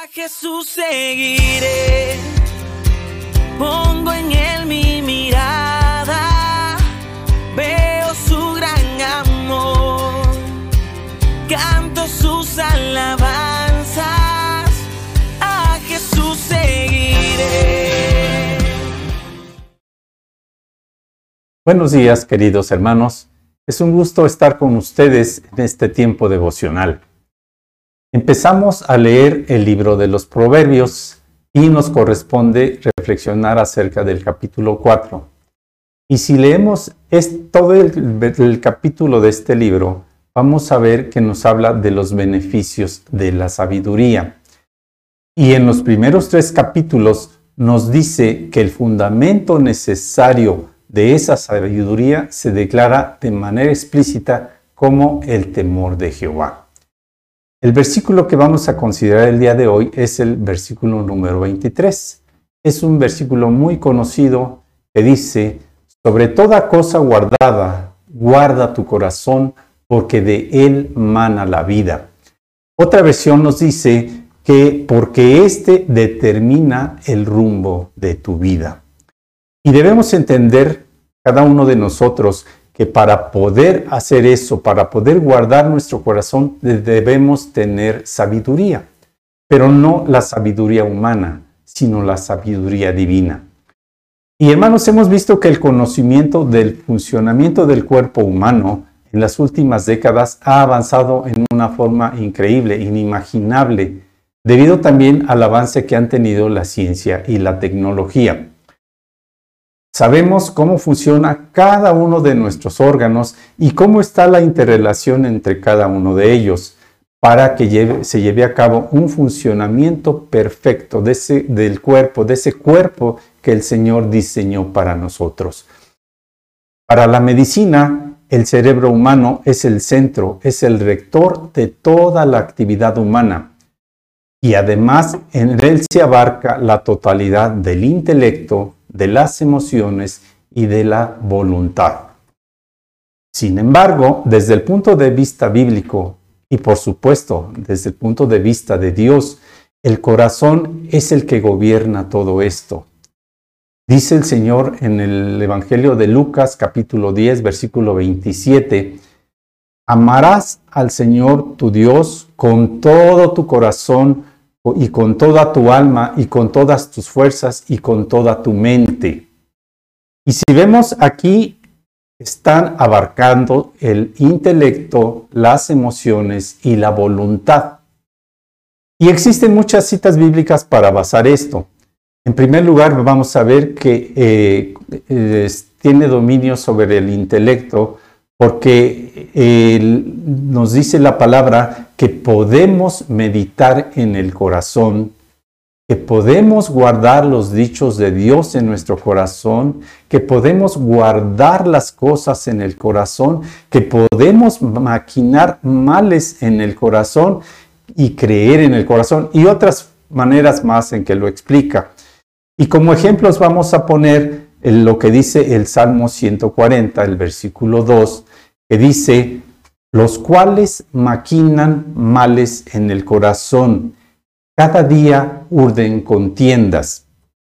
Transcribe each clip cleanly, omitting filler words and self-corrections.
Jesús seguiré, pongo en él mi mirada, veo su gran amor, canto sus alabanzas, a Jesús seguiré. Buenos días, queridos hermanos. Es un gusto estar con ustedes en este tiempo devocional. Empezamos a leer el libro de los Proverbios y nos corresponde reflexionar acerca del capítulo 4. Y si leemos todo el capítulo de este libro, vamos a ver que nos habla de los beneficios de la sabiduría. Y en los primeros 3 capítulos nos dice que el fundamento necesario de esa sabiduría se declara de manera explícita como el temor de Jehová. El versículo que vamos a considerar el día de hoy es el versículo número 23. Es un versículo muy conocido que dice: sobre toda cosa guardada, guarda tu corazón, porque de él mana la vida. Otra versión nos dice que porque éste determina el rumbo de tu vida. Y debemos entender, cada uno de nosotros, que para poder hacer eso, para poder guardar nuestro corazón, debemos tener sabiduría. Pero no la sabiduría humana, sino la sabiduría divina. Y hermanos, hemos visto que el conocimiento del funcionamiento del cuerpo humano en las últimas décadas ha avanzado en una forma increíble, inimaginable, debido también al avance que han tenido la ciencia y la tecnología. Sabemos cómo funciona cada uno de nuestros órganos y cómo está la interrelación entre cada uno de ellos para que se lleve a cabo un funcionamiento perfecto de ese cuerpo que el Señor diseñó para nosotros. Para la medicina, el cerebro humano es el centro, es el rector de toda la actividad humana. Y además en él se abarca la totalidad del intelecto, de las emociones y de la voluntad. Sin embargo, desde el punto de vista bíblico y por supuesto desde el punto de vista de Dios, el corazón es el que gobierna todo esto. Dice el Señor en el Evangelio de Lucas, capítulo 10, versículo 27, amarás al Señor tu Dios con todo tu corazón y con toda tu alma y con todas tus fuerzas y con toda tu mente. Y si vemos aquí, están abarcando el intelecto, las emociones y la voluntad. Y existen muchas citas bíblicas para basar esto. En primer lugar, vamos a ver que tiene dominio sobre el intelecto porque nos dice la palabra que podemos meditar en el corazón, que podemos guardar los dichos de Dios en nuestro corazón, que podemos guardar las cosas en el corazón, que podemos maquinar males en el corazón y creer en el corazón, y otras maneras más en que lo explica. Y como ejemplos vamos a poner lo que dice el Salmo 140, el versículo 2, que dice: los cuales maquinan males en el corazón, cada día urden contiendas.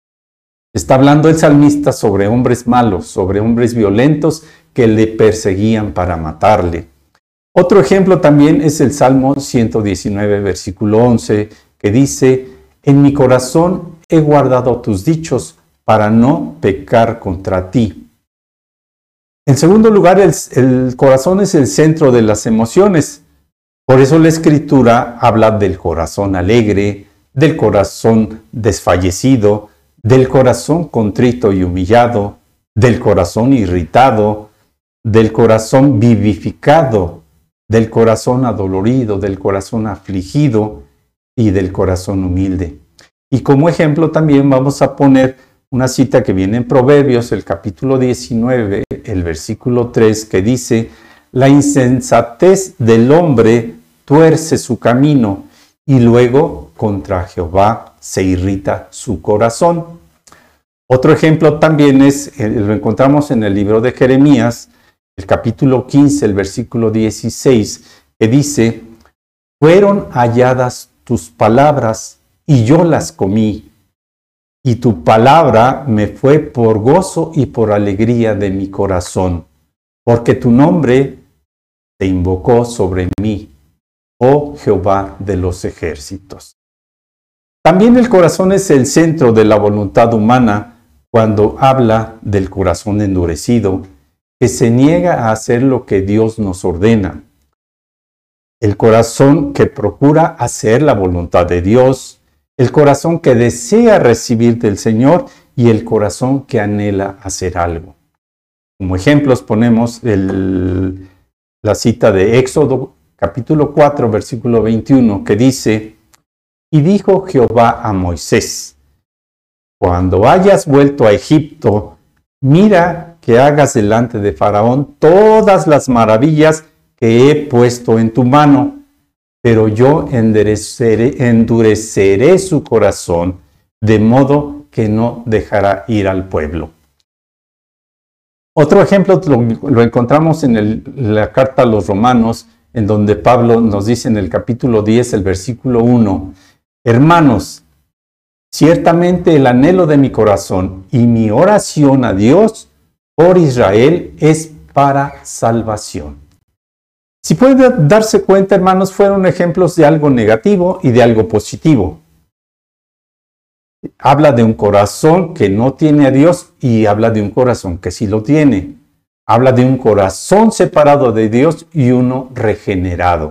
Está hablando el salmista sobre hombres malos, sobre hombres violentos que le perseguían para matarle. Otro ejemplo también es el Salmo 119, versículo 11, que dice: en mi corazón he guardado tus dichos para no pecar contra ti. En segundo lugar, el corazón es el centro de las emociones. Por eso la Escritura habla del corazón alegre, del corazón desfallecido, del corazón contrito y humillado, del corazón irritado, del corazón vivificado, del corazón adolorido, del corazón afligido y del corazón humilde. Y como ejemplo también vamos a poner una cita que viene en Proverbios, el capítulo 19, el versículo 3, que dice: la insensatez del hombre tuerce su camino, y luego contra Jehová se irrita su corazón. Otro ejemplo también lo encontramos en el libro de Jeremías, el capítulo 15, el versículo 16, que dice: fueron halladas tus palabras y yo las comí. Y tu palabra me fue por gozo y por alegría de mi corazón, porque tu nombre te invocó sobre mí, oh Jehová de los ejércitos. También el corazón es el centro de la voluntad humana cuando habla del corazón endurecido, que se niega a hacer lo que Dios nos ordena. El corazón que procura hacer la voluntad de Dios, el corazón que desea recibir del Señor y el corazón que anhela hacer algo. Como ejemplos ponemos la cita de Éxodo capítulo 4, versículo 21, que dice: Y dijo Jehová a Moisés: Cuando hayas vuelto a Egipto, mira que hagas delante de Faraón todas las maravillas que he puesto en tu mano, pero yo endureceré su corazón, de modo que no dejará ir al pueblo. Otro ejemplo lo encontramos en la carta a los Romanos, en donde Pablo nos dice en el capítulo 10, el versículo 1, Hermanos, ciertamente el anhelo de mi corazón y mi oración a Dios por Israel es para salvación. Si puede darse cuenta, hermanos, fueron ejemplos de algo negativo y de algo positivo. Habla de un corazón que no tiene a Dios y habla de un corazón que sí lo tiene. Habla de un corazón separado de Dios y uno regenerado.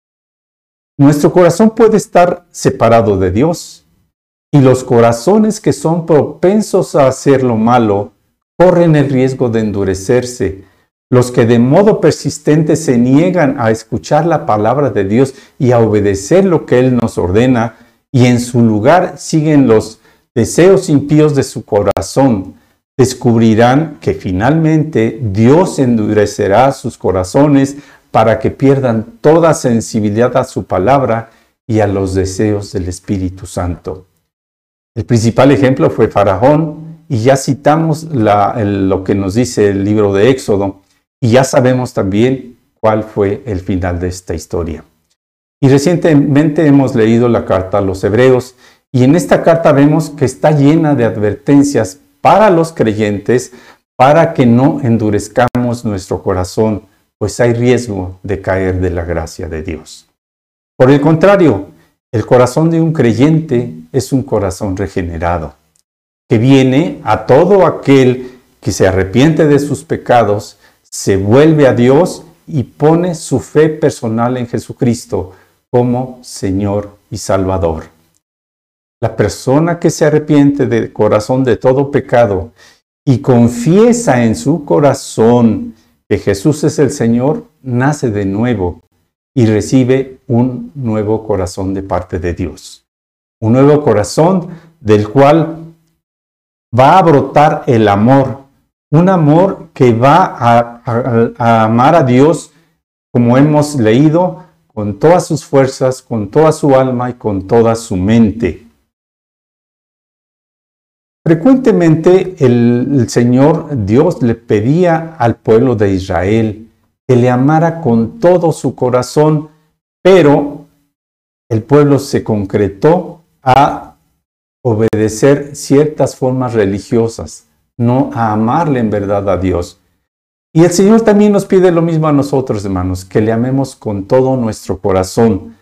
Nuestro corazón puede estar separado de Dios y los corazones que son propensos a hacer lo malo corren el riesgo de endurecerse. Los que de modo persistente se niegan a escuchar la palabra de Dios y a obedecer lo que Él nos ordena, y en su lugar siguen los deseos impíos de su corazón, descubrirán que finalmente Dios endurecerá sus corazones para que pierdan toda sensibilidad a su palabra y a los deseos del Espíritu Santo. El principal ejemplo fue Faraón, y ya citamos lo que nos dice el libro de Éxodo, y ya sabemos también cuál fue el final de esta historia. Y recientemente hemos leído la carta a los Hebreos, y en esta carta vemos que está llena de advertencias para los creyentes, para que no endurezcamos nuestro corazón, pues hay riesgo de caer de la gracia de Dios. Por el contrario, el corazón de un creyente es un corazón regenerado, que viene a todo aquel que se arrepiente de sus pecados, se vuelve a Dios y pone su fe personal en Jesucristo como Señor y Salvador. La persona que se arrepiente de corazón de todo pecado y confiesa en su corazón que Jesús es el Señor, nace de nuevo y recibe un nuevo corazón de parte de Dios. Un nuevo corazón del cual va a brotar el amor. Un amor que va a amar a Dios, como hemos leído, con todas sus fuerzas, con toda su alma y con toda su mente. Frecuentemente el Señor Dios le pedía al pueblo de Israel que le amara con todo su corazón, pero el pueblo se concretó a obedecer ciertas formas religiosas, no a amarle en verdad a Dios. Y el Señor también nos pide lo mismo a nosotros, hermanos, que le amemos con todo nuestro corazón.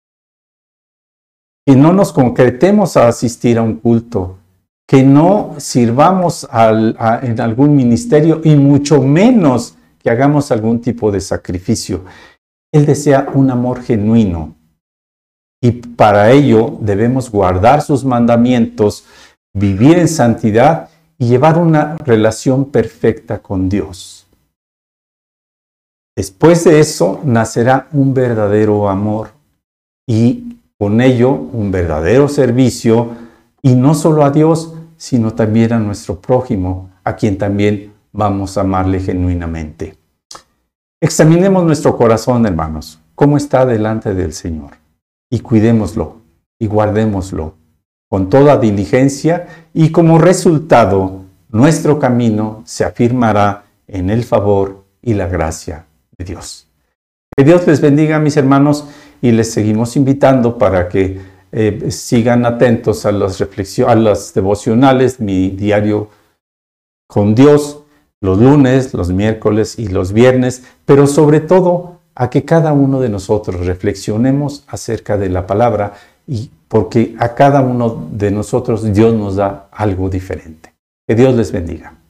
Que no nos concretemos a asistir a un culto, que no sirvamos en algún ministerio y mucho menos que hagamos algún tipo de sacrificio. Él desea un amor genuino y para ello debemos guardar sus mandamientos, vivir en santidad y llevar una relación perfecta con Dios. Después de eso nacerá un verdadero amor y con ello un verdadero servicio, y no solo a Dios, sino también a nuestro prójimo, a quien también vamos a amarle genuinamente. Examinemos nuestro corazón, hermanos, cómo está delante del Señor, y cuidémoslo y guardémoslo con toda diligencia, y como resultado nuestro camino se afirmará en el favor y la gracia de Dios. Que Dios les bendiga, mis hermanos, y les seguimos invitando para que sigan atentos a las reflexiones, a las devocionales, mi diario con Dios, los lunes, los miércoles y los viernes, pero sobre todo a que cada uno de nosotros reflexionemos acerca de la palabra, y porque a cada uno de nosotros Dios nos da algo diferente. Que Dios les bendiga.